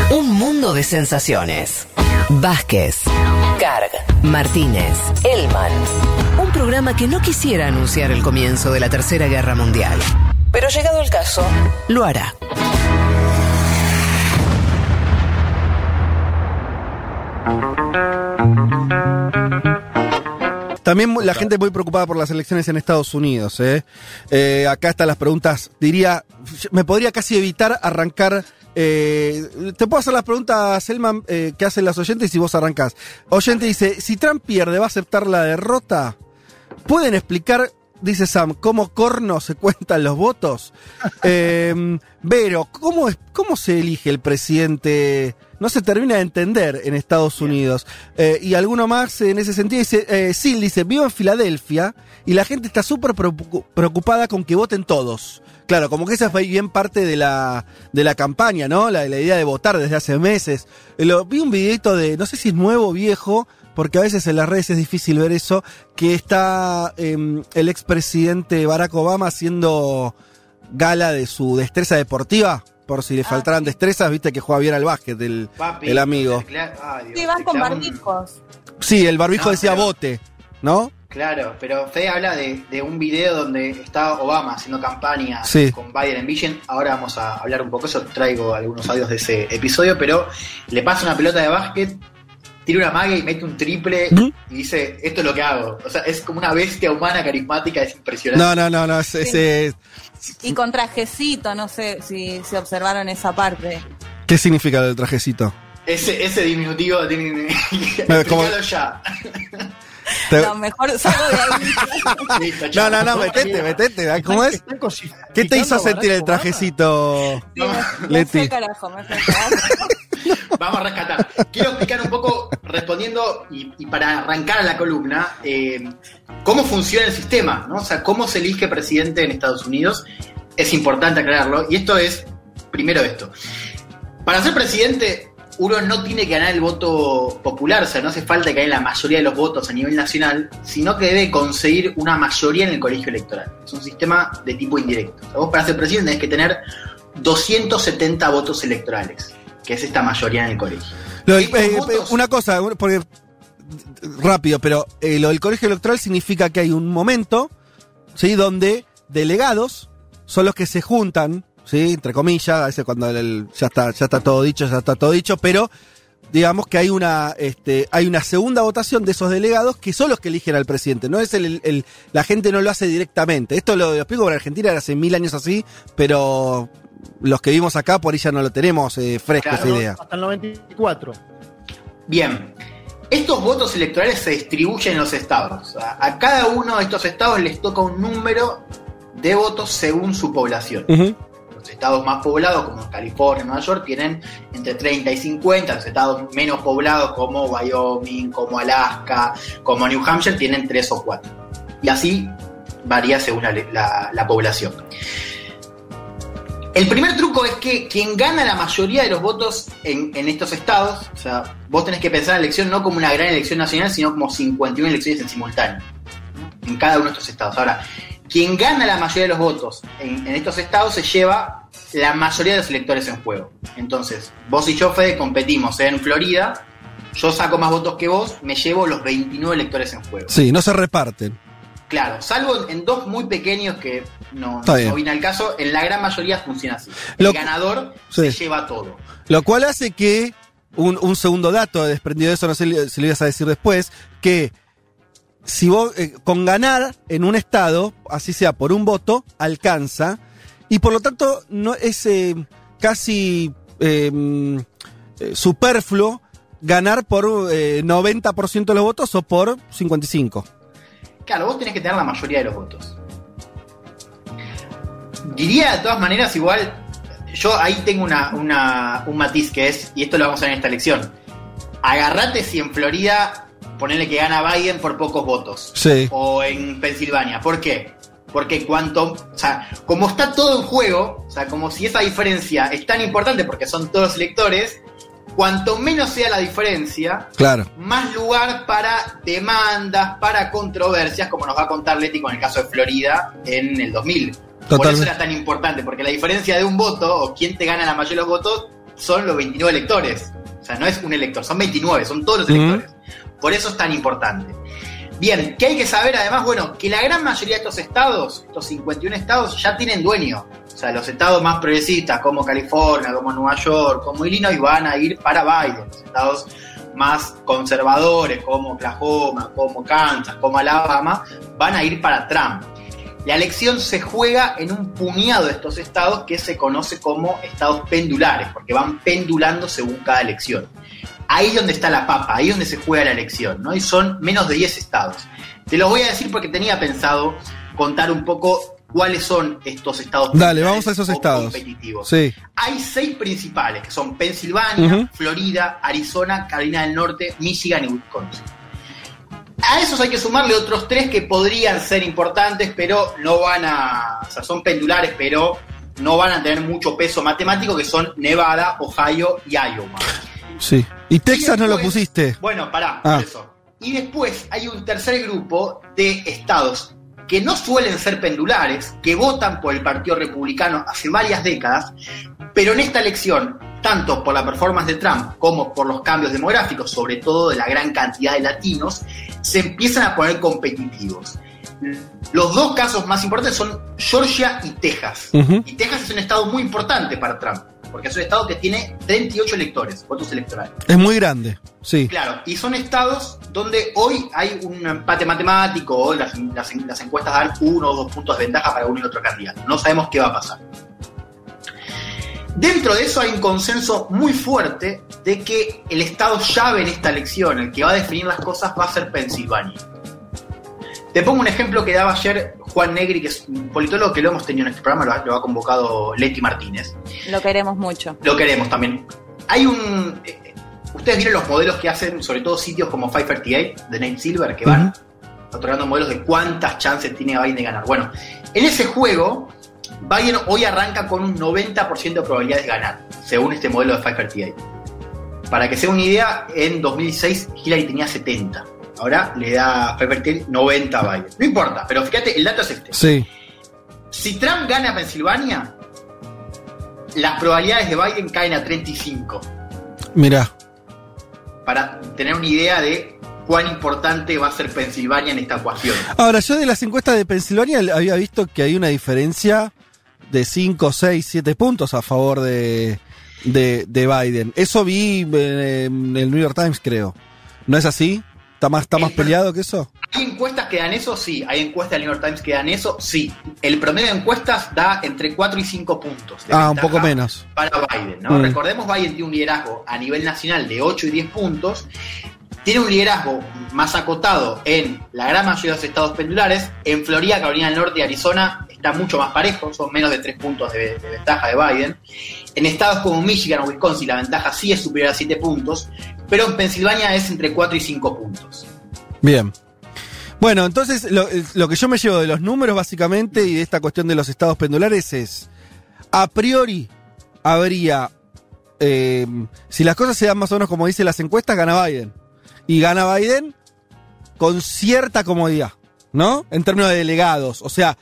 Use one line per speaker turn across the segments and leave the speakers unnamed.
Un mundo de sensaciones. Vázquez, Carg, Martínez, Elman. Un programa que no quisiera anunciar el comienzo de la Tercera Guerra Mundial, pero llegado el caso, lo hará.
También la gente muy preocupada por las elecciones en Estados Unidos. Acá están las preguntas. Diría, me podría casi evitar arrancar. Te puedo hacer las preguntas, Selman, que hacen las oyentes y vos arrancás. Oyente dice, si Trump pierde, ¿va a aceptar la derrota? ¿Pueden explicar, dice Sam, cómo corno se cuentan los votos? Vero, ¿cómo se elige el presidente? No se termina de entender en Estados Unidos. Y alguno más en ese sentido dice, Sil dice, vivo en Filadelfia y la gente está súper preocupada con que voten todos. Claro, como que esa fue bien parte de la campaña, ¿no? La idea de votar desde hace meses. Vi un videito de, no sé si es nuevo o viejo, porque a veces en las redes es difícil ver eso, que está el expresidente Barack Obama haciendo gala de su destreza deportiva, por si le faltaran destrezas, viste que juega bien al básquet el amigo.
Sí, van con barbijos.
Sí, el barbijo decía vote, ¿no?
Claro, pero Fede habla de un video donde está Obama haciendo campaña con Biden en Vision. Ahora vamos a hablar un poco de eso, traigo algunos audios de ese episodio, pero le pasa una pelota de básquet, tira una magia y mete un triple y dice, esto es lo que hago. O sea, es como una bestia humana carismática, es impresionante.
No,
sí. Y con trajecito, no sé si observaron esa parte.
¿Qué significa el trajecito?
Ese diminutivo tiene... Explícalo ya.
No, mejor salgo de ahí.
No, metete. ¿Cómo es? ¿Qué te hizo sentir el trajecito, Leti?
Me fue carajo.
Vamos a rescatar. Quiero explicar un poco, respondiendo y para arrancar a la columna, cómo funciona el sistema, ¿no? O sea, cómo se elige presidente en Estados Unidos. Es importante aclararlo. Y esto es, primero esto. Para ser presidente, uno no tiene que ganar el voto popular, o sea, no hace falta que gane la mayoría de los votos a nivel nacional, sino que debe conseguir una mayoría en el colegio electoral. Es un sistema de tipo indirecto. O sea, vos para ser presidente tenés que tener 270 votos electorales, que es esta mayoría en el colegio.
Una cosa, porque rápido, pero lo del colegio electoral significa que hay un momento, ¿sí?, donde delegados son los que se juntan, sí, entre comillas, a veces cuando ya está todo dicho, pero digamos que hay una segunda votación de esos delegados que son los que eligen al presidente. No es la gente no lo hace directamente. Esto lo explico, porque en Argentina era hace 1000 años así, pero los que vivimos acá por ahí ya no lo tenemos fresca esa idea.
Hasta el 94.
Bien. Estos votos electorales se distribuyen en los estados. O sea, a cada uno de estos estados les toca un número de votos según su población. Uh-huh. Los estados más poblados, como California, Nueva York, tienen entre 30 y 50. Los estados menos poblados, como Wyoming, como Alaska, como New Hampshire, tienen 3 o 4. Y así varía según la población. El primer truco es que quien gana la mayoría de los votos en estos estados, o sea, vos tenés que pensar en la elección no como una gran elección nacional, sino como 51 elecciones en simultáneo, ¿no?, en cada uno de estos estados. Ahora, quien gana la mayoría de los votos en estos estados se lleva la mayoría de los electores en juego. Entonces, vos y yo, Fede, competimos en Florida, yo saco más votos que vos, me llevo los 29 electores en juego.
Sí, no se reparten.
Claro, salvo en dos muy pequeños que no viene al caso, en la gran mayoría funciona así. El ganador se lleva todo.
Lo cual hace que, un segundo dato desprendido de eso, no sé si lo ibas a decir después, que si vos con ganar en un estado, así sea por un voto, alcanza, y por lo tanto no es casi superfluo ganar por 90% de los votos o por 55%.
Claro, vos tenés que tener la mayoría de los votos. Diría de todas maneras, igual, yo ahí tengo un matiz que es, y esto lo vamos a ver en esta elección, agarrate si en Florida ponele que gana Biden por pocos votos.
Sí.
O en Pensilvania. ¿Por qué? Porque como está todo en juego, o sea, como si esa diferencia es tan importante porque son todos electores, cuanto menos sea la diferencia,
claro,
más lugar para demandas, para controversias, como nos va a contar Leti con el caso de Florida en el 2000. Totalmente. Por eso era tan importante, porque la diferencia de un voto, o quién te gana la mayoría de los votos, son los 29 electores. O sea, no es un elector, son 29, son todos los electores. Por eso es tan importante. Bien, ¿qué hay que saber además? Bueno, que la gran mayoría de estos estados, estos 51 estados, ya tienen dueño. O sea, los estados más progresistas, como California, como Nueva York, como Illinois, van a ir para Biden. Los estados más conservadores, como Oklahoma, como Kansas, como Alabama, van a ir para Trump. La elección se juega en un puñado de estos estados que se conoce como estados pendulares, porque van pendulando según cada elección. Ahí es donde está la papa, ahí es donde se juega la elección, ¿no? Y son menos de 10 estados. Te los voy a decir porque tenía pensado contar un poco cuáles son estos estados.
Dale, vamos a esos estados
competitivos.
Sí.
Hay 6 principales, que son Pensilvania, Florida, Arizona, Carolina del Norte, Michigan y Wisconsin. A esos hay que sumarle otros 3 que podrían ser importantes, pero no van a... O sea, son pendulares, pero no van a tener mucho peso matemático, que son Nevada, Ohio y Iowa.
Sí. ¿Y Texas
después,
no lo pusiste?
Bueno, pará, por eso. Y después hay un tercer grupo de estados que no suelen ser pendulares, que votan por el Partido Republicano hace varias décadas, pero en esta elección, tanto por la performance de Trump como por los cambios demográficos, sobre todo de la gran cantidad de latinos, se empiezan a poner competitivos. Los 2 casos más importantes son Georgia y Texas. Y Texas es un estado muy importante para Trump, porque es un estado que tiene 38 electores, votos electorales.
Es muy grande, sí.
Claro, y son estados donde hoy hay un empate matemático, hoy las encuestas dan 1 o 2 puntos de ventaja para uno y otro candidato. No sabemos qué va a pasar. Dentro de eso hay un consenso muy fuerte de que el estado llave en esta elección, el que va a definir las cosas, va a ser Pensilvania. Te pongo un ejemplo que daba ayer Juan Negri, que es un politólogo que lo hemos tenido en este programa, lo ha convocado Leti Martínez.
Lo queremos mucho.
Lo queremos también. Hay un... Ustedes vieron los modelos que hacen, sobre todo sitios como 538 de Nate Silver, que van otorgando modelos de cuántas chances tiene Biden de ganar. Bueno, en ese juego, Biden hoy arranca con un 90% de probabilidades de ganar, según este modelo de 538. Para que se den una idea, en 2016 Hillary tenía 70. Ahora le da 90 a Biden. No importa, pero fíjate, el dato es este.
Sí.
Si Trump gana Pensilvania, las probabilidades de Biden caen a 35.
Mirá.
Para tener una idea de cuán importante va a ser Pensilvania en esta ecuación.
Ahora, yo de las encuestas de Pensilvania había visto que hay una diferencia de 5, 6, 7 puntos a favor de Biden. Eso vi en el New York Times, creo. ¿No es así? ¿Está más peleado que eso?
¿Hay encuestas que dan eso? Sí. ¿Hay encuestas del New York Times que dan eso? Sí. El promedio de encuestas da entre 4 y 5 puntos.
Un poco menos.
Para Biden, ¿no? Recordemos, Biden tiene un liderazgo a nivel nacional de 8 y 10 puntos. Tiene un liderazgo más acotado en la gran mayoría de los estados pendulares. En Florida, Carolina del Norte y Arizona está mucho más parejo, son menos de 3 puntos de ventaja de Biden. En estados como Michigan o Wisconsin la ventaja sí es superior a 7 puntos, pero en Pensilvania es entre 4 y 5 puntos.
Bien. Bueno, entonces lo que yo me llevo de los números básicamente y de esta cuestión de los estados pendulares es, a priori habría, si las cosas se dan más o menos como dicen las encuestas, gana Biden. Y gana Biden con cierta comodidad, ¿no? En términos de delegados. O sea,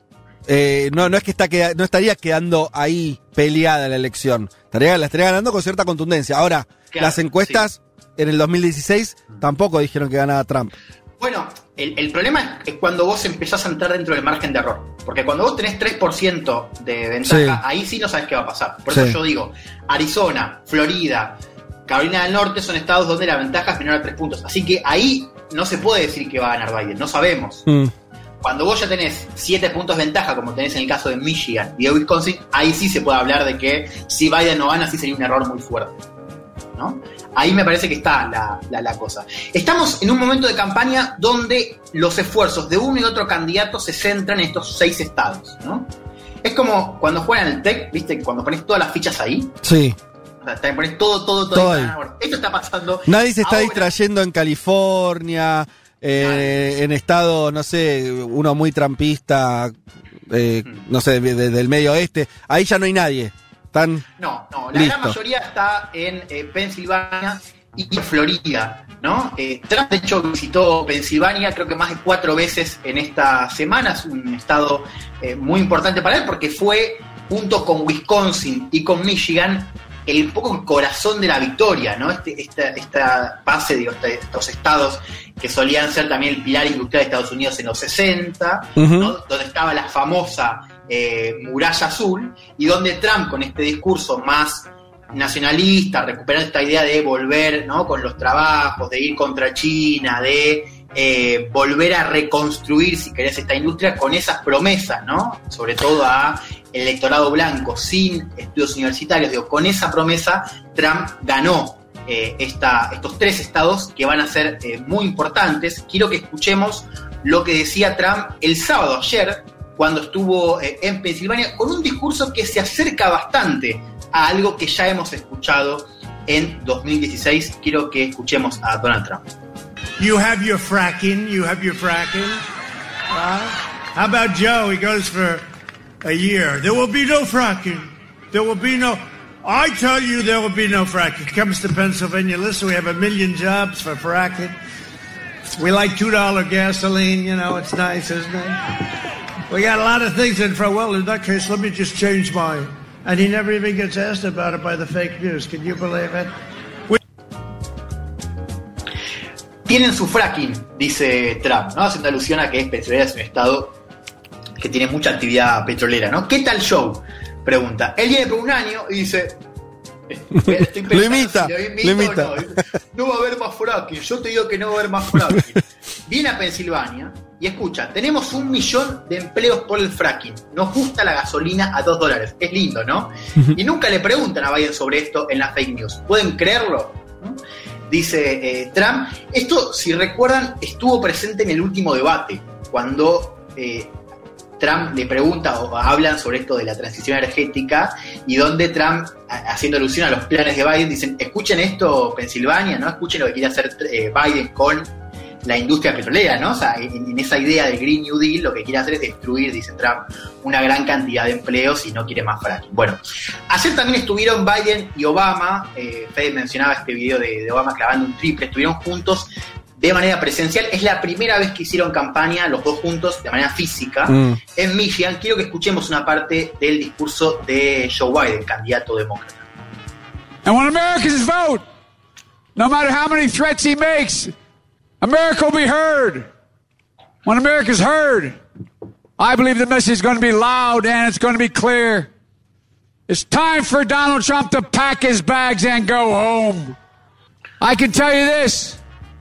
no es que no estaría quedando ahí peleada la elección. La estaría ganando con cierta contundencia. Ahora, claro, las encuestas en el 2016 tampoco dijeron que ganaba Trump.
Bueno, el problema es cuando vos empezás a entrar dentro del margen de error. Porque cuando vos tenés 3% de ventaja, ahí sí no sabes qué va a pasar. Por eso yo digo, Arizona, Florida, Carolina del Norte son estados donde la ventaja es menor a 3 puntos. Así que ahí no se puede decir que va a ganar Biden, no sabemos. Cuando vos ya tenés 7 puntos de ventaja, como tenés en el caso de Michigan y de Wisconsin, ahí sí se puede hablar de que si Biden no gana, sí sería un error muy fuerte, ¿no? Ahí me parece que está la cosa. Estamos en un momento de campaña donde los esfuerzos de uno y otro candidato se centran en estos 6 estados, ¿no? Es como cuando juegan el TEC, ¿viste? Cuando pones todas las fichas ahí.
Sí.
O sea, te pones todo ahí. Bueno, esto está pasando.
Nadie se está distrayendo en California, en estado, no sé, uno muy trampista, no sé, del medio oeste. Ahí ya no hay nadie.
No, la gran mayoría está en Pensilvania y Florida, ¿no? Trump, de hecho, visitó Pensilvania creo que más de 4 veces en esta semana. Es un estado muy importante para él porque fue, junto con Wisconsin y con Michigan, el poco el corazón de la victoria, ¿no? Esta base, digo, estos estados que solían ser también el pilar industrial de Estados Unidos en los 60, ¿no? Donde estaba la famosa muralla azul, y donde Trump, con este discurso más nacionalista, recuperando esta idea de volver, ¿no? Con los trabajos, de ir contra China, de volver a reconstruir, si querés, esta industria con esas promesas, ¿no? Sobre todo a electorado blanco, sin estudios universitarios, digo, con esa promesa Trump ganó estos 3 estados que van a ser muy importantes. Quiero que escuchemos lo que decía Trump el sábado, ayer, cuando estuvo en Pensilvania, con un discurso que se acerca bastante a algo que ya hemos escuchado en 2016. Quiero que escuchemos a Donald Trump.
You have your fracking. How about Joe? He goes for a year. There will be no fracking. I tell you there will be no fracking. Comes to Pennsylvania. Listen, we have 1 million jobs for fracking. We like $2 gasoline, it's nice, isn't it? We got a lot of things in front. Well, in that case, let me just change mine. And he never even gets asked about it by the fake news. Can you believe it?
Tienen su fracking, dice Trump, ¿no? Haciendo alusión a que Pensilvania es un estado que tiene mucha actividad petrolera, ¿no? ¿Qué tal show? Pregunta. Él viene por un año y dice... Estoy
lo imita.
No va a haber más fracking. Yo te digo que no va a haber más fracking. Viene a Pensilvania y escucha, tenemos 1 millón de empleos por el fracking. Nos gusta la gasolina a $2. Es lindo, ¿no? Y nunca le preguntan a Biden sobre esto en las fake news. ¿Pueden creerlo? ¿No? Dice Trump. Esto, si recuerdan, estuvo presente en el último debate, cuando Trump le pregunta o hablan sobre esto de la transición energética, y donde Trump, haciendo alusión a los planes de Biden, dicen, escuchen esto, Pensilvania, ¿no? Escuchen lo que quiere hacer Biden con la industria petrolera, ¿no? O sea, en esa idea del Green New Deal, lo que quiere hacer es destruir, dice Trump, una gran cantidad de empleos y no quiere más fracking. Bueno, ayer también estuvieron Biden y Obama. Fede mencionaba este video de Obama clavando un triple. Estuvieron juntos de manera presencial. Es la primera vez que hicieron campaña los dos juntos de manera física en Michigan. Quiero que escuchemos una parte del discurso de Joe Biden, candidato demócrata.
And when Americans vote, no matter how many threats he makes, America will be heard. When America's heard, I believe the message is going to be loud and it's going to be clear. It's time for Donald Trump to pack his bags and go home. I can tell you this.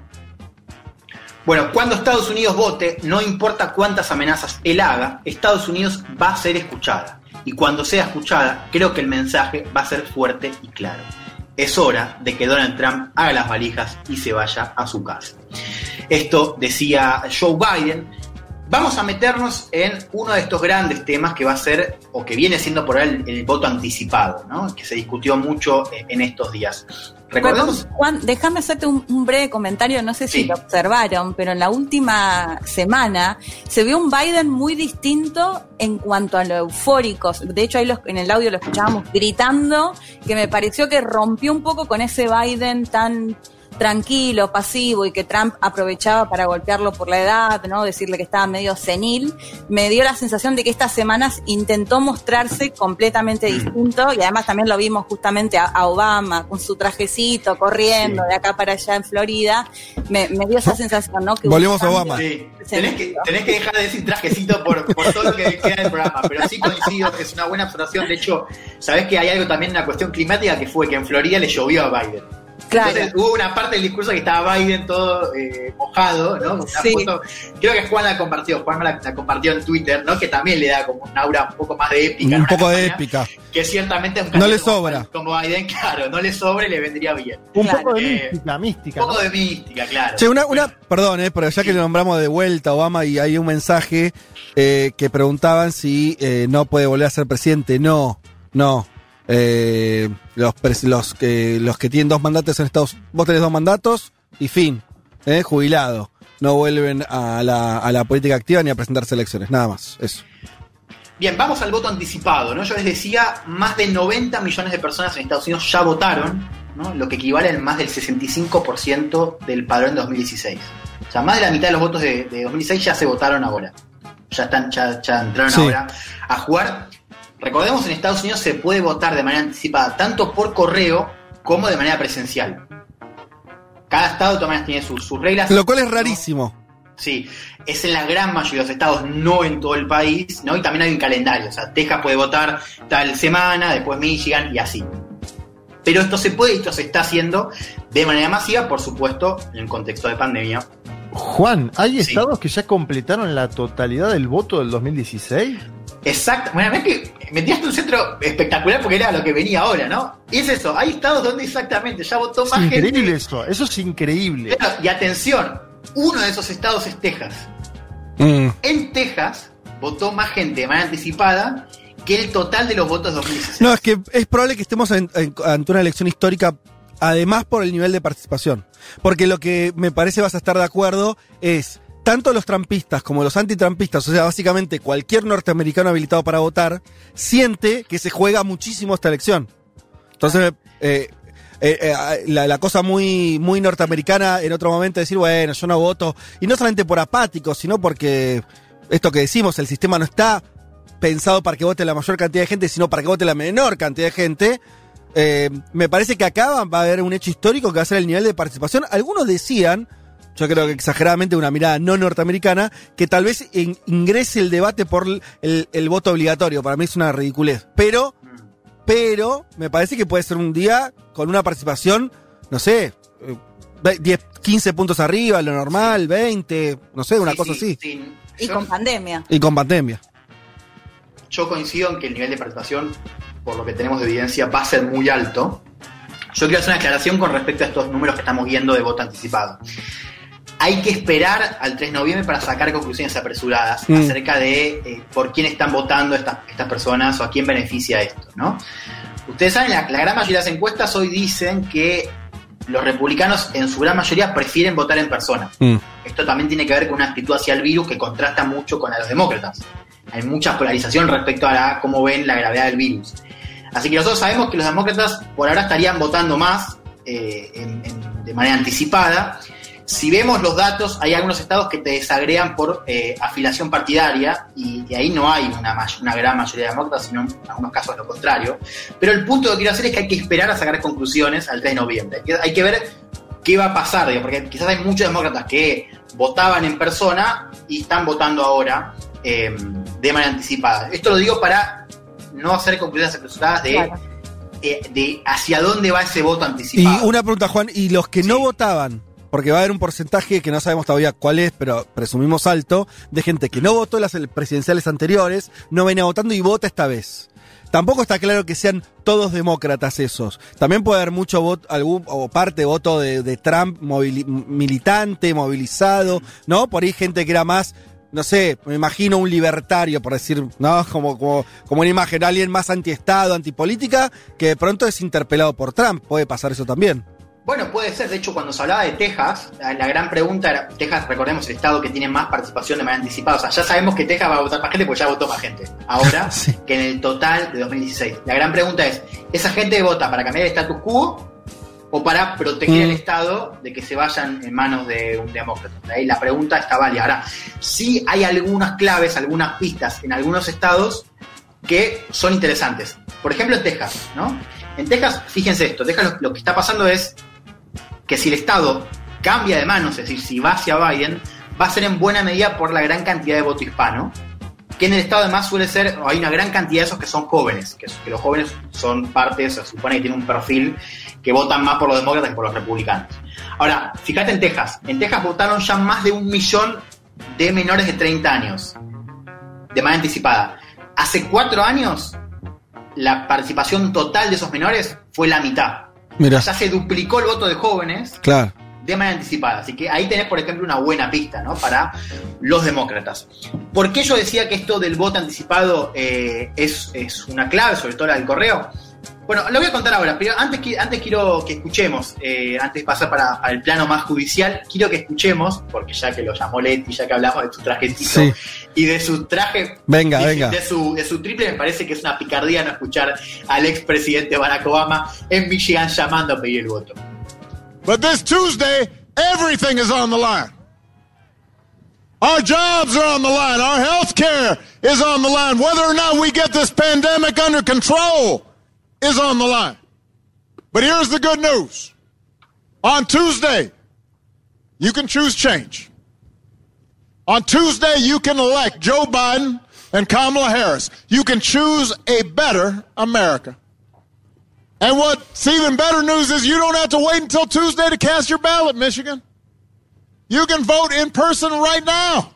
Bueno, cuando Estados Unidos vote, no importa cuántas amenazas él haga, Estados Unidos va a ser escuchada. Y cuando sea escuchada, creo que el mensaje va a ser fuerte y claro. Es hora de que Donald Trump haga las valijas y se vaya a su casa. Esto decía Joe Biden. Vamos a meternos en uno de estos grandes temas que va a ser, o que viene siendo por él, el voto anticipado, ¿no? Que se discutió mucho en estos días. Recordemos.
Juan, déjame hacerte un breve comentario, no sé si lo observaron, pero en la última semana se vio un Biden muy distinto en cuanto a lo eufórico. De hecho, ahí en el audio lo escuchábamos gritando, que me pareció que rompió un poco con ese Biden tan tranquilo, pasivo, y que Trump aprovechaba para golpearlo por la edad, ¿no? Decirle que estaba medio senil. Me dio la sensación de que estas semanas intentó mostrarse completamente distinto, y además también lo vimos justamente a Obama con su trajecito corriendo de acá para allá en Florida. Me dio esa sensación, ¿no? Que
volvemos a Obama.
Sí. Tenés que dejar de decir trajecito por todo lo que queda del programa, pero sí coincido, es una buena observación. De hecho, sabés que hay algo también, una cuestión climática, que fue que en Florida le llovió a Biden. Claro. Entonces hubo una parte del discurso que estaba Biden todo mojado, ¿no? Sí. Foto, creo que Juan la compartió en Twitter, ¿no? Que también le da como un aura un poco más de épica.
Un poco de épica.
Que ciertamente
no le sobra.
Como Biden, claro, no le sobra y le vendría bien.
Un poco de mística.
Un poco de mística, claro.
Che, perdón, pero ya que le nombramos de vuelta a Obama, y hay un mensaje que preguntaban si no puede volver a ser presidente. No. Los que tienen 2 mandatos en Estados Unidos, vos tenés 2 mandatos y fin, jubilado. No vuelven a la política activa ni a presentarse a elecciones, nada más, eso.
Bien, vamos al voto anticipado, ¿no? Yo les decía, más de 90 millones de personas en Estados Unidos ya votaron, ¿no? Lo que equivale a más del 65% del padrón de 2016. O sea, más de la mitad de los votos de 2016 ya se votaron ahora. Ya entraron ahora a jugar. Recordemos, en Estados Unidos se puede votar de manera anticipada, tanto por correo como de manera presencial. Cada estado de todas maneras tiene sus reglas.
Lo cual es rarísimo.
Sí, es en la gran mayoría de los estados, no en todo el país, ¿no? Y también hay un calendario. O sea, Texas puede votar tal semana, después Michigan y así. Pero esto se puede y esto se está haciendo de manera masiva, por supuesto, en el contexto de pandemia.
Juan, ¿hay estados que ya completaron la totalidad del voto del 2016?
Exacto. Bueno, es que me tiraste un centro espectacular porque era lo que venía ahora, ¿no? Y es eso, hay estados donde exactamente ya votó más gente.
Es increíble eso es increíble.
Y atención, uno de esos estados es Texas. En Texas votó más gente de manera anticipada que el total de los votos de 2016.
No, es que es probable que estemos ante una elección histórica, además por el nivel de participación. Porque lo que me parece vas a estar de acuerdo es, tanto los trampistas como los antitrampistas, o sea, básicamente cualquier norteamericano habilitado para votar, siente que se juega muchísimo esta elección. Entonces, la cosa muy, muy norteamericana en otro momento, decir, bueno, yo no voto, y no solamente por apático, sino porque esto que decimos, el sistema no está pensado para que vote la mayor cantidad de gente, sino para que vote la menor cantidad de gente. Me parece que acá va a haber un hecho histórico que va a ser el nivel de participación. Algunos decían, yo creo que exageradamente una mirada no norteamericana, que tal vez ingrese el debate por el voto obligatorio. Para mí es una ridiculez. Pero me parece que puede ser un día con una participación, no sé, 10, 15 puntos arriba, lo normal, 20, no sé, una cosa así.
Sí. Y con pandemia.
Yo coincido en que el nivel de participación, por lo que tenemos de evidencia, va a ser muy alto. Yo quiero hacer una aclaración con respecto a estos números que estamos viendo de voto anticipado. Hay que esperar al 3 de noviembre para sacar conclusiones apresuradas acerca de por quién están votando estas personas o a quién beneficia esto, ¿no? Ustedes saben, la gran mayoría de las encuestas hoy dicen que los republicanos en su gran mayoría prefieren votar en persona. Esto también tiene que ver con una actitud hacia el virus que contrasta mucho con la de los demócratas. Hay mucha polarización respecto a cómo ven la gravedad del virus. Así que nosotros sabemos que los demócratas por ahora estarían votando más de manera anticipada. Si vemos los datos, hay algunos estados que te desagregan por afiliación partidaria y ahí no hay una gran mayoría de demócratas, sino en algunos casos lo contrario. Pero el punto que quiero hacer es que hay que esperar a sacar conclusiones al 3 de noviembre. Hay que ver qué va a pasar, porque quizás hay muchos demócratas que votaban en persona y están votando ahora de manera anticipada. Esto lo digo para no hacer conclusiones apresuradas de hacia dónde va ese voto anticipado.
Y una pregunta, Juan, ¿y los que no votaban? Porque va a haber un porcentaje que no sabemos todavía cuál es, pero presumimos alto, de gente que no votó en las presidenciales anteriores, no venía votando y vota esta vez. Tampoco está claro que sean todos demócratas esos. También puede haber mucho voto, o parte de voto de Trump militante, movilizado, ¿no? Por ahí gente que era más, no sé, me imagino un libertario, por decir, ¿no? Como una imagen, alguien más antiestado, antipolítica, que de pronto es interpelado por Trump. Puede pasar eso también.
Bueno, puede ser. De hecho, cuando se hablaba de Texas, la gran pregunta era, Texas, recordemos, el estado que tiene más participación de manera anticipada. O sea, ya sabemos que Texas va a votar más gente porque ya votó más gente ahora sí, que en el total de 2016. La gran pregunta es, ¿esa gente vota para cambiar el status quo o para proteger el estado de que se vayan en manos de un demócrata? Ahí la pregunta está válida. Ahora, sí hay algunas claves, algunas pistas en algunos estados que son interesantes. Por ejemplo, en Texas, ¿no? En Texas, fíjense esto, Texas lo que está pasando es que si el estado cambia de manos, es decir, si va hacia Biden, va a ser en buena medida por la gran cantidad de voto hispano, que en el estado además suele ser, hay una gran cantidad de esos que son jóvenes, que los jóvenes son parte, se supone que tienen un perfil que votan más por los demócratas que por los republicanos. Ahora, fíjate en Texas votaron ya más de 1 millón de menores de 30 años, de manera anticipada. Hace 4 años, la participación total de esos menores fue la mitad. Mirá. Ya se duplicó el voto de jóvenes, claro, de manera anticipada. Así que ahí tenés, por ejemplo, una buena pista, ¿no? Para los demócratas. ¿Por qué yo decía que esto del voto anticipado es una clave, sobre todo la del correo? Bueno, lo voy a contar ahora, pero antes quiero que escuchemos, antes de pasar para el plano más judicial, quiero que escuchemos, porque ya que lo llamó Leti, ya que hablamos de su trajecito, sí, y de su traje, venga. De su triple, me parece que es una picardía no escuchar al expresidente Barack Obama en Michigan llamando a pedir el voto.
But this Tuesday, everything is on the line. Our jobs are on the line. Our health care is on the line. Whether or not we get this pandemic under control is on the line. But here's the good news. On Tuesday, you can choose change. On Tuesday, you can elect Joe Biden and Kamala Harris. You can choose a better America. And what's even better news is you don't have to wait until Tuesday to cast your ballot, Michigan. You can vote in person right now.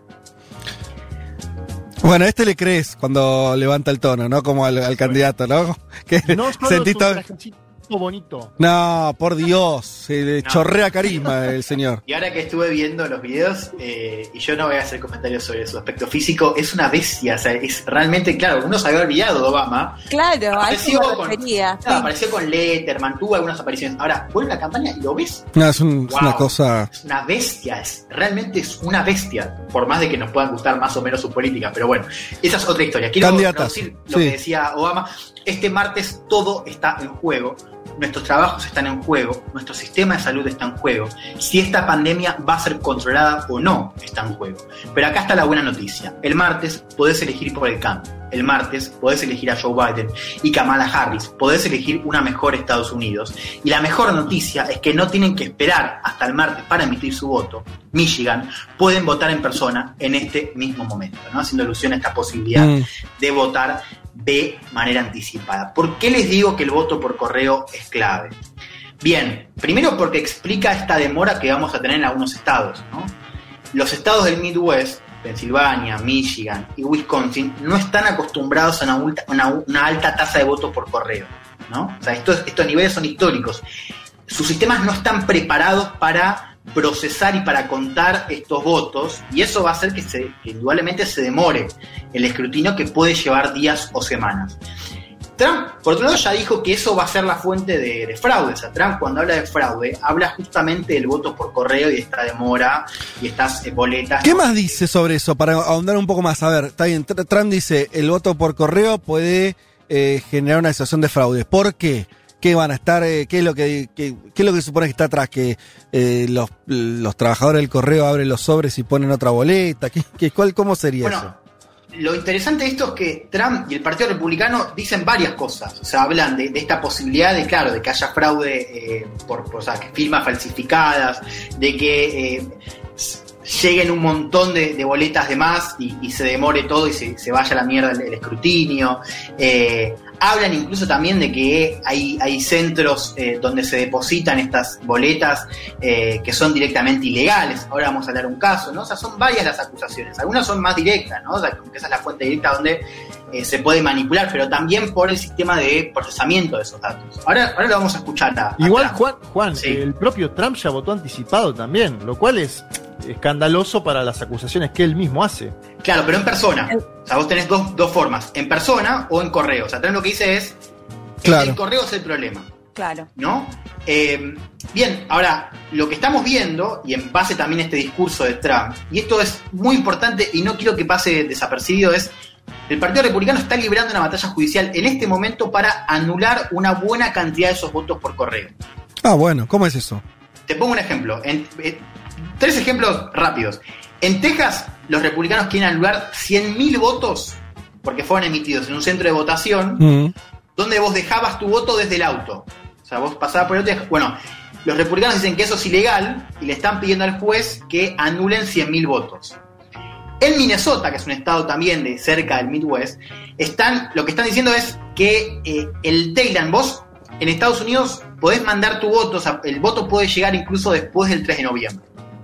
Bueno, a este le crees cuando levanta el tono, ¿no? Como al candidato, ¿no? Que
No solo
sentí
su
todo-
trajecito bonito.
No, por Dios, se le chorrea carisma el señor.
Y ahora que estuve viendo los videos, y yo no voy a hacer comentarios sobre su aspecto físico, es una bestia, o sea, es realmente, claro, uno se había olvidado de Obama.
Claro, a eso me
con,
refería.
claro,
Sí.
apareció con Letterman, tuvo algunas apariciones. Ahora, vuelve a la campaña y lo ves.
No, es una
Wow.
cosa.
Es una bestia, realmente es una bestia, por más de que nos puedan gustar más o menos sus políticas, pero bueno, esa es otra historia. Quiero
Candidatazo,
traducir lo
sí.
que decía Obama. Este martes todo está en juego, nuestros trabajos están en juego, nuestro sistema de salud está en juego, si esta pandemia va a ser controlada o no está en juego. Pero acá está la buena noticia, el martes podés elegir por el cambio, el martes podés elegir a Joe Biden y Kamala Harris, podés elegir una mejor Estados Unidos, y la mejor noticia es que no tienen que esperar hasta el martes para emitir su voto. Michigan pueden votar en persona en este mismo momento, ¿no? Haciendo alusión a esta posibilidad de votar de manera anticipada. ¿Por qué les digo que el voto por correo es clave? Bien, primero porque explica esta demora que vamos a tener en algunos estados, ¿no? Los estados del Midwest, Pensilvania, Michigan y Wisconsin, no están acostumbrados a una alta tasa de voto por correo, ¿no? O sea, estos niveles son históricos. Sus sistemas no están preparados para procesar y para contar estos votos, y eso va a hacer que indudablemente se demore el escrutinio, que puede llevar días o semanas. Trump, por otro lado, ya dijo que eso va a ser la fuente de fraude. O sea, Trump, cuando habla de fraude, habla justamente del voto por correo y de esta demora y estas boletas.
¿Qué más dice sobre eso? Para ahondar un poco más. A ver, está bien, Trump dice, el voto por correo puede generar una situación de fraude. ¿Por qué? ¿Qué van a estar? ¿Qué es lo que supone que está atrás? ¿Que los trabajadores del correo abren los sobres y ponen otra boleta? ¿Cómo sería eso?
Lo interesante de esto es que Trump y el Partido Republicano dicen varias cosas. O sea, hablan de esta posibilidad de que haya fraude o sea, que firmas falsificadas, de que lleguen un montón de boletas de más y se demore todo y se vaya a la mierda el escrutinio. Hablan incluso también de que hay centros donde se depositan estas boletas que son directamente ilegales. Ahora vamos a hablar de un caso, ¿no? O sea, son varias las acusaciones. Algunas son más directas, ¿no? O sea, como que esa es la fuente directa donde se puede manipular, pero también por el sistema de procesamiento de esos datos. Ahora lo vamos a escuchar
Igual,
Trump.
Juan,
Sí.
el propio Trump ya votó anticipado también, lo cual es escandaloso para las acusaciones que él mismo hace.
Claro, pero en persona. O sea, vos tenés dos formas, en persona o en correo. O sea, Trump lo que dice es,
Claro.
el correo es el problema,
Claro.
¿no? Bien, ahora, lo que estamos viendo, y en base también a este discurso de Trump, y esto es muy importante y no quiero que pase desapercibido, es el Partido Republicano está librando una batalla judicial en este momento para anular una buena cantidad de esos votos por correo.
Ah, bueno, ¿cómo es eso?
Te pongo un ejemplo. 3 ejemplos rápidos. En Texas, los republicanos quieren anular 100.000 votos porque fueron emitidos en un centro de votación donde vos dejabas tu voto desde el auto. O sea, vos pasabas por el auto. Bueno, los republicanos dicen que eso es ilegal y le están pidiendo al juez que anulen 100.000 votos. En Minnesota, que es un estado también de cerca del Midwest, lo que están diciendo es que el Dayland, vos en Estados Unidos podés mandar tu voto, o sea, el voto puede llegar incluso después del 3 de noviembre.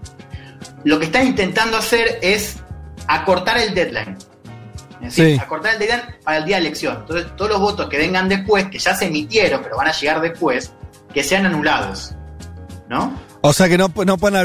Lo que están intentando hacer es acortar el deadline. Es decir, acortar el deadline para el día de elección. Entonces, todos los votos que vengan después, que ya se emitieron, pero van a llegar después, que sean anulados, ¿no?
O sea que no pueden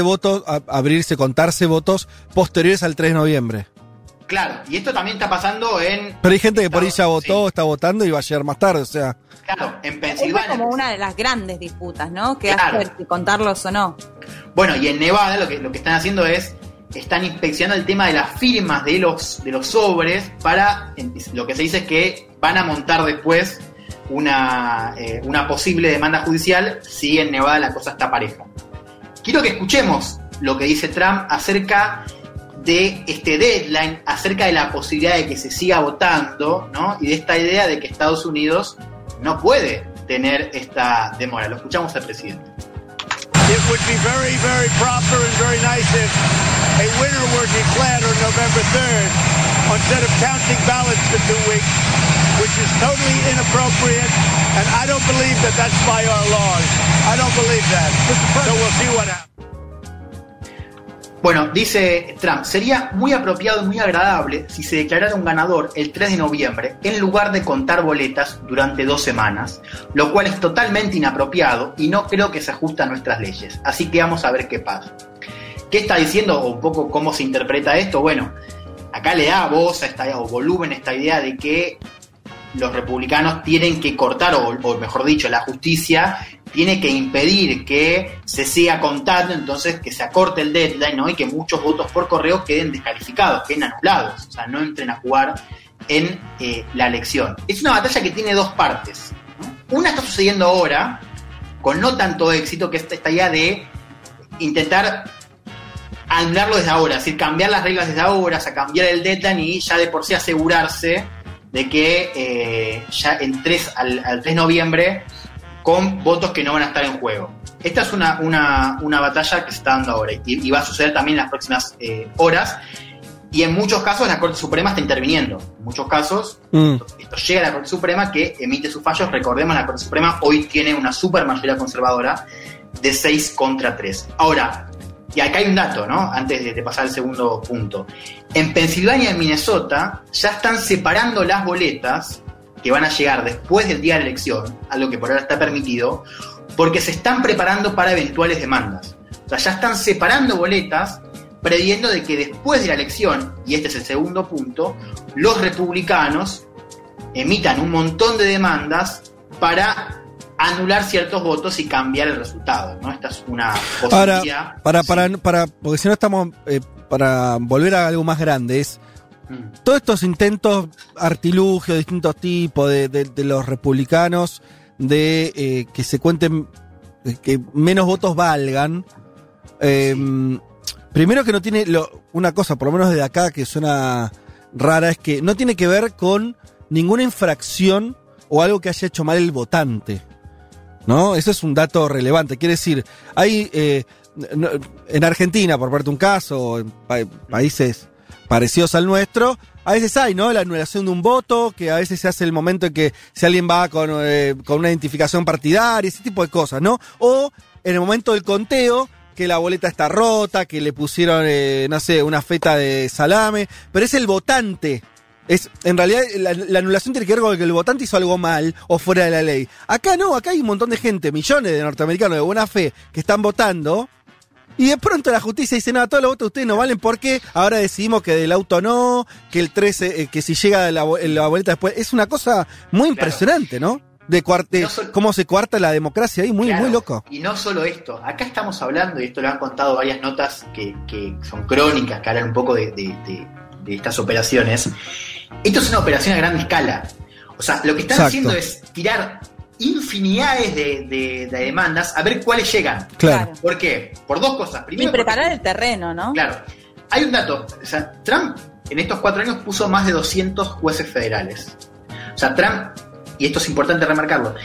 contarse votos posteriores al 3 de noviembre.
Claro, y esto también está pasando en...
Pero hay gente que por ahí ya votó, está votando y va a llegar más tarde, o sea...
Claro, en
Esa
Pensilvania...
es como una de las grandes disputas, ¿no? Que
Claro.
hace si contarlos o no.
Bueno, y en Nevada lo que están haciendo es, están inspeccionando el tema de las firmas de los sobres para, lo que se dice es que van a montar después una posible demanda judicial si en Nevada la cosa está pareja. Quiero que escuchemos lo que dice Trump acerca de este deadline, acerca de la posibilidad de que se siga votando, ¿no? Y de esta idea de que Estados Unidos no puede tener esta demora. Lo escuchamos al presidente.
It would be very, very proper and very nice if a winner were declared on November 3rd instead of counting ballots for 2 weeks, which is totally inappropriate, and I don't believe that that's by our laws. I don't believe that. So we'll see what happens.
Bueno, dice Trump, sería muy apropiado y muy agradable si se declarara un ganador el 3 de noviembre en lugar de contar boletas durante 2 semanas, lo cual es totalmente inapropiado y no creo que se ajuste a nuestras leyes. Así que vamos a ver qué pasa. ¿Qué está diciendo o un poco cómo se interpreta esto? Bueno, acá le da voz a esta, o volumen a esta idea de que los republicanos tienen que cortar, o mejor dicho, la justicia tiene que impedir que se siga contando, entonces que se acorte el deadline, ¿no? Y que muchos votos por correo queden descalificados, queden anulados, o sea, no entren a jugar en la elección. Es una batalla que tiene 2 partes, ¿no? Una está sucediendo ahora, con no tanto éxito, que es esta idea de intentar anularlo desde ahora, es decir, cambiar las reglas desde ahora, o sea, cambiar el deadline y ya de por sí asegurarse de que ya al 3 de noviembre con votos que no van a estar en juego. Esta es una batalla que se está dando ahora y va a suceder también en las próximas horas, y en muchos casos la Corte Suprema está interviniendo. En muchos casos esto llega a la Corte Suprema, que emite sus fallos. Recordemos, la Corte Suprema hoy tiene una super mayoría conservadora de 6-3. Ahora, y acá hay un dato, ¿no? Antes de pasar al segundo punto. En Pensilvania y en Minnesota ya están separando las boletas que van a llegar después del día de la elección, algo que por ahora está permitido, porque se están preparando para eventuales demandas. O sea, ya están separando boletas, previendo de que después de la elección, y este es el segundo punto, los republicanos emitan un montón de demandas para anular ciertos votos y cambiar el resultado, ¿no? Esta es una posibilidad.
Ahora, porque si no estamos, para volver a algo más grande, es todos estos intentos, artilugios, distintos tipos de los republicanos, de que se cuenten, que menos votos valgan. Primero que no tiene, una cosa, por lo menos desde acá, que suena rara, es que no tiene que ver con ninguna infracción o algo que haya hecho mal el votante, ¿no? Eso es un dato relevante. Quiere decir, hay en Argentina, por ponerte un caso, en países parecidos al nuestro, a veces hay, ¿no? La anulación de un voto, que a veces se hace el momento en que si alguien va con una identificación partidaria, ese tipo de cosas, ¿no? O en el momento del conteo, que la boleta está rota, que le pusieron, no sé, una feta de salame, pero es el votante. En realidad, la anulación tiene que ver con que el votante hizo algo mal o fuera de la ley. Acá no, acá hay un montón de gente, millones de norteamericanos de buena fe, que están votando, y de pronto la justicia dice, no, todos los votos de ustedes no valen porque ahora decidimos que del auto no, que el 13, que si llega la boleta después. Es una cosa muy impresionante, ¿no? Cómo se cuarta la democracia ahí, muy loco.
Y no solo esto, acá estamos hablando, y esto lo han contado varias notas que son crónicas, que hablan un poco de estas operaciones. Esto es una operación a gran escala. O sea, lo que están haciendo es tirar infinidades de demandas a ver cuáles llegan.
Claro.
¿Por qué? Por 2 cosas. Primero,
y preparar el terreno, ¿no?
Claro. Hay un dato. O sea, Trump en estos 4 años puso más de 200 jueces federales. O sea, Trump, y esto es importante remarcarlo,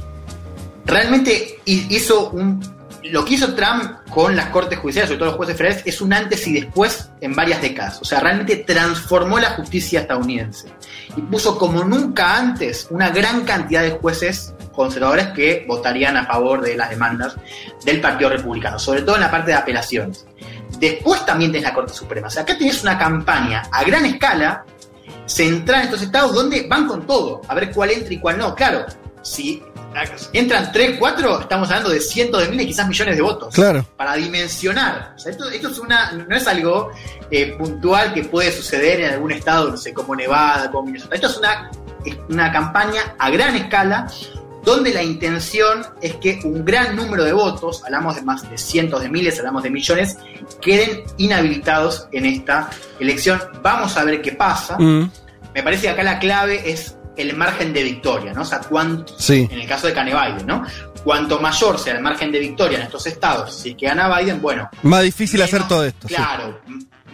realmente hizo lo que hizo Trump con las cortes judiciales, sobre todo los jueces federales, es un antes y después en varias décadas. O sea, realmente transformó la justicia estadounidense y puso como nunca antes una gran cantidad de jueces conservadores que votarían a favor de las demandas del Partido Republicano, sobre todo en la parte de apelaciones. Después también tenés la Corte Suprema. O sea, acá tenés una campaña a gran escala centrada en estos estados donde van con todo, a ver cuál entra y cuál no. Claro, si entran 3, 4, estamos hablando de cientos de miles, quizás millones de votos.
Claro. Para
dimensionar. O sea, esto es no es algo puntual que puede suceder en algún estado, no sé, como Nevada, como Minnesota. Esto es una campaña a gran escala, donde la intención es que un gran número de votos, hablamos de más de cientos de miles, hablamos de millones, queden inhabilitados en esta elección. Vamos a ver qué pasa. Me parece que acá la clave es el margen de victoria, ¿no? O sea, en el caso de Kanye Biden, ¿no? Cuanto mayor sea el margen de victoria en estos estados, si es que gana Biden, bueno,
más difícil hacer todo esto.
Claro,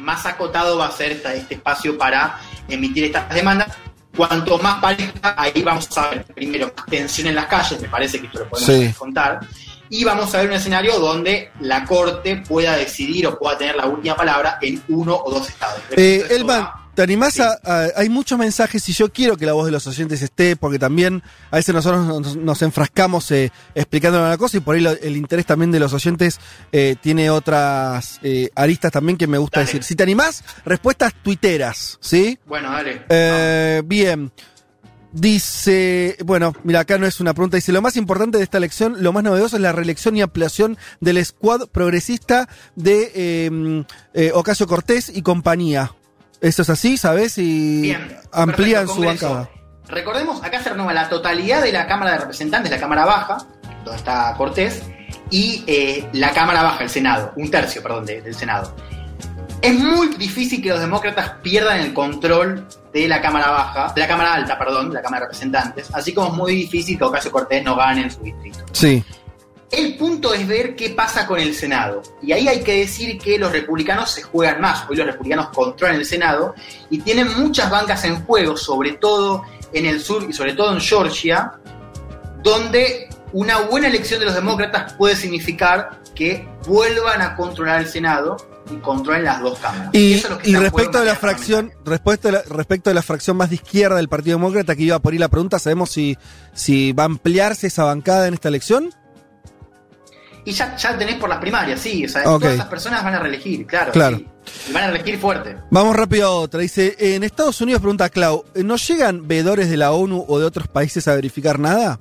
más acotado va a ser este espacio para emitir estas demandas. Cuanto más parezca, ahí vamos a ver primero más tensión en las calles, me parece que esto lo podemos contar, y vamos a ver un escenario donde la Corte pueda decidir o pueda tener la última palabra en uno o dos estados.
Elman, ¿te animás hay muchos mensajes y yo quiero que la voz de los oyentes esté, porque también a veces nosotros nos enfrascamos explicando una cosa y por ahí el interés también de los oyentes tiene otras aristas también que me gusta decir. Si te animás, respuestas tuiteras, ¿sí?
Bueno, dale.
Bien. Dice, bueno, mira, acá no es una pregunta, dice, lo más importante de esta elección, lo más novedoso es la reelección y ampliación del squad progresista de Ocasio-Cortez y compañía. ¿Eso es así, sabes? Y
bien,
amplían
perfecto,
su bancada.
Recordemos, acá se renueva la totalidad de la Cámara de Representantes, la Cámara Baja, donde está Cortés, y la Cámara Baja, el Senado, un tercio, perdón, del Senado. Es muy difícil que los demócratas pierdan el control de la Cámara Baja, de la Cámara Alta, perdón, de la Cámara de Representantes, así como es muy difícil que Ocasio-Cortez no gane en su distrito.
Sí.
El punto es ver qué pasa con el Senado. Y ahí hay que decir que los republicanos se juegan más. Hoy los republicanos controlan el Senado y tienen muchas bancas en juego, sobre todo en el sur y sobre todo en Georgia, donde una buena elección de los demócratas puede significar que vuelvan a controlar el Senado y controlen las dos cámaras.
Y respecto de la fracción, respecto de la fracción más de izquierda del Partido Demócrata, que iba por ahí la pregunta, ¿sabemos si va a ampliarse esa bancada en esta elección?
Y ya tenés por las primarias, sí. O sea, todas esas personas van a reelegir, claro. Sí. Y van a reelegir fuerte. Vamos rápido a otra. Dice, en Estados Unidos, pregunta Clau, ¿no llegan veedores de la ONU o de otros países a verificar nada?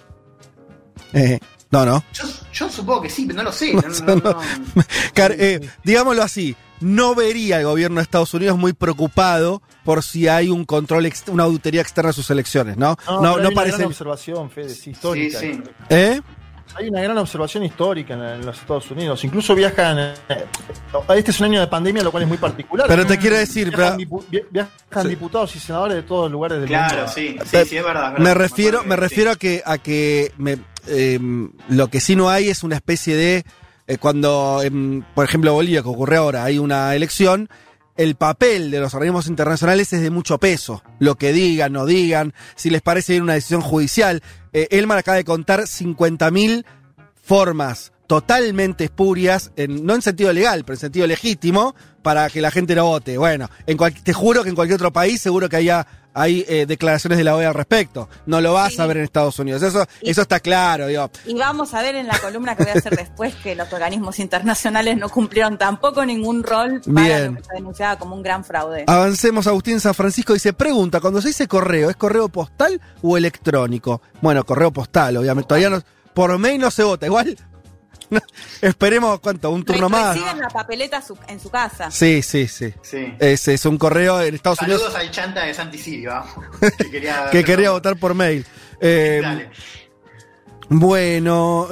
No. Yo supongo que sí, pero no lo sé.
Digámoslo así, no vería el gobierno de Estados Unidos muy preocupado por si hay un control, una auditoría externa de sus elecciones, ¿no? No
hay
parece.
Una observación, Fede, histórica.
Sí.
Hay una gran observación histórica en los Estados Unidos. Incluso viajan. Este es un año de pandemia, lo cual es muy particular.
Pero te quiero decir.
Viajan diputados y senadores de todos los lugares del mundo.
Claro, sí, es verdad.
Me refiero a que lo que sí no hay es una especie de. Cuando, por ejemplo, Bolivia, que ocurre ahora, hay una elección. El papel de los organismos internacionales es de mucho peso. Lo que digan, no digan, si les parece bien una decisión judicial. Elman acaba de contar 50.000 formas totalmente espurias, no en sentido legal, pero en sentido legítimo, para que la gente no vote. Bueno, te juro que en cualquier otro país seguro que hay declaraciones de la OEA al respecto. No lo vas a ver en Estados Unidos. Eso está claro. Digo.
Y vamos a ver en la columna que voy a hacer después que los organismos internacionales no cumplieron tampoco ningún rol para lo que se denunciaba como un gran fraude.
Avancemos. Agustín San Francisco dice, pregunta, cuando se dice correo, ¿es correo postal o electrónico? Bueno, correo postal, obviamente. Todavía no, por mail no se vota. Igual esperemos, un turno más.
Reciben la papeleta en su casa.
Sí. Es un correo en Estados Unidos.
Saludos al chanta de Santi Silva,
que quería votar por mail.
Dale.
Bueno,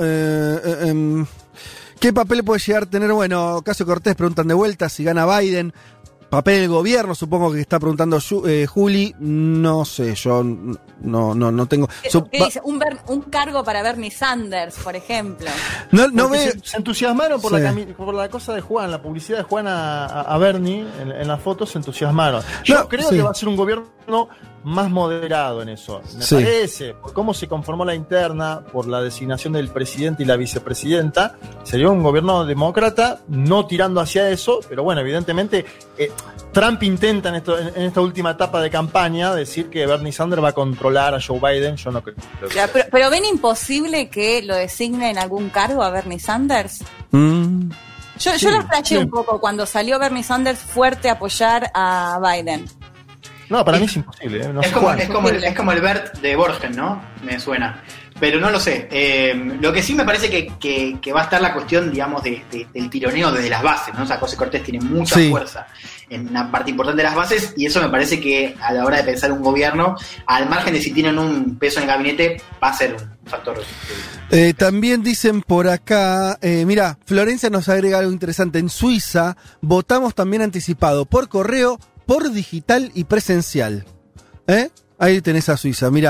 ¿qué papel puede llegar a tener? Bueno, Ocasio-Cortez preguntan de vuelta si gana Biden. Papel del gobierno, supongo que está preguntando Juli. No sé, yo no tengo.
¿Qué dice? Un cargo para Bernie Sanders, por ejemplo.
Se entusiasmaron por la cosa de Juan, la publicidad de Juan a Bernie en las fotos, se entusiasmaron. Yo creo que va a ser un gobierno más moderado en eso. Me parece, por cómo se conformó la interna, por la designación del presidente y la vicepresidenta, sería un gobierno demócrata, no tirando hacia eso, pero bueno, evidentemente Trump intenta en esta última etapa de campaña decir que Bernie Sanders va a controlar a Joe Biden. Yo no creo.
Pero ¿ven imposible que lo designe en algún cargo a Bernie Sanders? Yo lo flasheé un poco cuando salió Bernie Sanders fuerte a apoyar a Biden.
No, para mí es imposible. No
es como el Bert de Borgen, ¿no? Me suena. Pero no lo sé. Lo que sí me parece que va a estar la cuestión, digamos, del tironeo desde las bases, ¿no? O sea, Ocasio-Cortez tiene mucha fuerza en una parte importante de las bases y eso me parece que a la hora de pensar un gobierno, al margen de si tienen un peso en el gabinete, va a ser un factor.
También dicen por acá, mira, Florencia nos agrega algo interesante. En Suiza votamos también anticipado por correo, por digital y presencial. Ahí tenés a Suiza, mirá.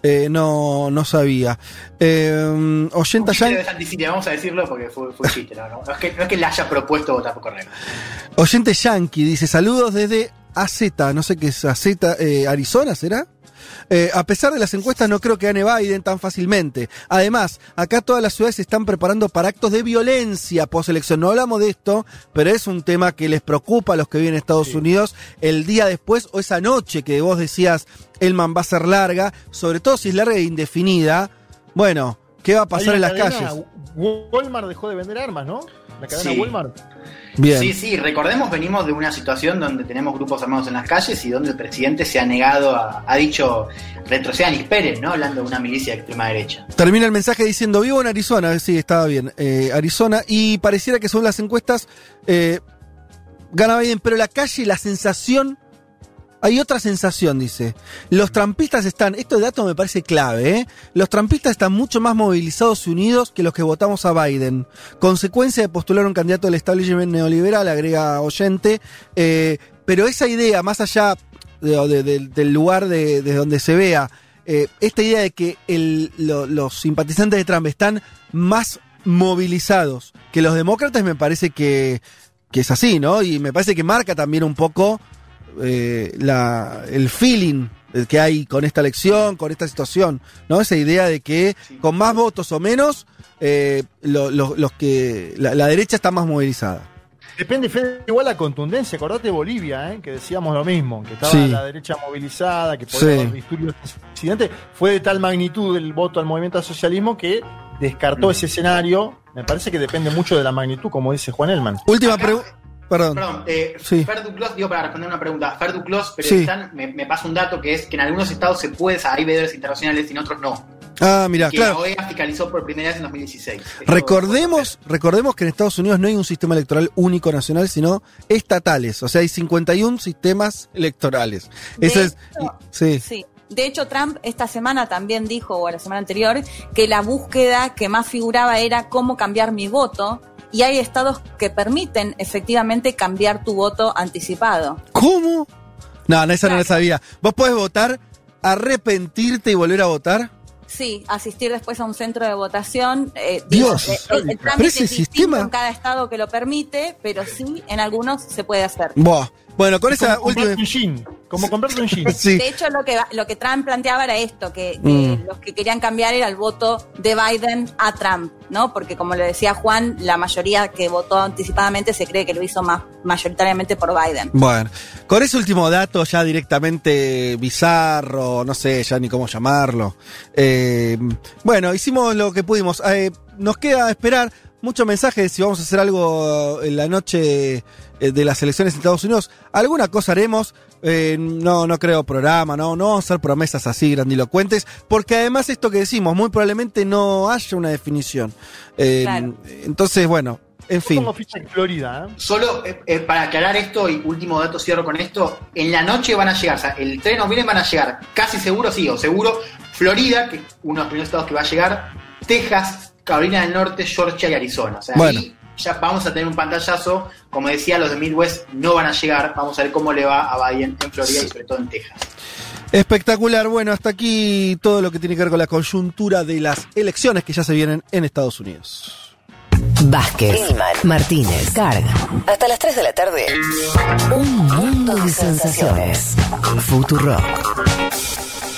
No sabía. Oyenta
Yankee. Vamos a decirlo porque fue chiste, ¿no? No es que le haya propuesto votar por correo.
Oyente Yankee dice: saludos desde AZ, no sé qué es AZ, Arizona, ¿será? A pesar de las encuestas, no creo que gane Biden tan fácilmente. Además, acá todas las ciudades se están preparando para actos de violencia post-elección. No hablamos de esto, pero es un tema que les preocupa a los que viven en Estados Unidos el día después o esa noche que vos decías, Elman, va a ser larga, sobre todo si es larga e indefinida. Bueno, ¿qué va a pasar en las calles?
Walmart dejó de vender armas, ¿no? La cadena Walmart.
Bien.
Sí, recordemos, venimos de una situación donde tenemos grupos armados en las calles y donde el presidente se ha negado ha dicho retrocedan y esperen, ¿no? Hablando de una milicia de extrema derecha.
Termina el mensaje diciendo: vivo en Arizona, sí, estaba bien, Arizona, y pareciera que según las encuestas gana Biden, pero la calle, la sensación, hay otra sensación, dice. Los trampistas están, este dato me parece clave, los trampistas están mucho más movilizados y unidos que los que votamos a Biden. Consecuencia de postular un candidato del establishment neoliberal, agrega Oyente, pero esa idea, más allá del lugar desde donde se vea, esta idea de que los simpatizantes de Trump están más movilizados que los demócratas, me parece que es así, ¿no? Y me parece que marca también un poco el feeling que hay con esta elección, con esta situación, ¿no? Esa idea de que con más votos o menos, los que la derecha está más movilizada.
Depende, Fede, igual la contundencia. Acordate de Bolivia, que decíamos lo mismo, que estaba la derecha movilizada, que podía haber disturbios del presidente. Fue de tal magnitud el voto al movimiento al socialismo que descartó ese escenario. Me parece que depende mucho de la magnitud, como dice Juan Elman.
Última pregunta. Perdón.
Fer Duclos, para responder una pregunta. Fer Duclos, me pasa un dato que es que en algunos estados se puede, hay veedores internacionales y en otros no.
Ah, mira,
claro. La OEA fiscalizó por primera vez en 2016.
Recordemos que en Estados Unidos no hay un sistema electoral único nacional, sino estatales. O sea, hay 51 sistemas electorales. Eso es.
Sí. De hecho, Trump esta semana también dijo, o la semana anterior, que la búsqueda que más figuraba era cómo cambiar mi voto. Y hay estados que permiten efectivamente cambiar tu voto anticipado.
¿Cómo? No, esa no la sabía. ¿Vos podés votar, arrepentirte y volver a votar?
Sí, asistir después a un centro de votación.
Dios,
el trámite es distinto en cada estado que lo permite, pero sí, en algunos se puede hacer.
Bueno, con esa última...
Como comprarte un jean.
Sí. De hecho, lo que Trump planteaba era esto, que los que querían cambiar era el voto de Biden a Trump, ¿no? Porque como le decía Juan, la mayoría que votó anticipadamente se cree que lo hizo mayoritariamente por Biden.
Bueno, con ese último dato ya directamente bizarro, no sé ya ni cómo llamarlo. Bueno, hicimos lo que pudimos. Nos queda esperar muchos mensajes si vamos a hacer algo en la noche de las elecciones en Estados Unidos. Alguna cosa haremos. No creo programa, no vamos a hacer promesas así grandilocuentes, porque además esto que decimos, muy probablemente no haya una definición. Claro. Entonces, bueno, en fin.
Como ficha en Florida,
Solo para aclarar esto, y último dato, cierro con esto, en la noche van a llegar, o sea, el 3 de noviembre van a llegar, casi seguro, Florida, que es uno de los primeros estados que va a llegar, Texas, Carolina del Norte, Georgia y Arizona. O sea, ahí ya vamos a tener un pantallazo. Como decía, los de Midwest no van a llegar. Vamos a ver cómo le va a Biden en Florida y sobre todo en Texas.
Espectacular. Bueno, hasta aquí todo lo que tiene que ver con la coyuntura de las elecciones que ya se vienen en Estados Unidos.
Vázquez, Elman, Martínez, Carga. Hasta las 3 de la tarde. Un mundo de sensaciones. Futurock.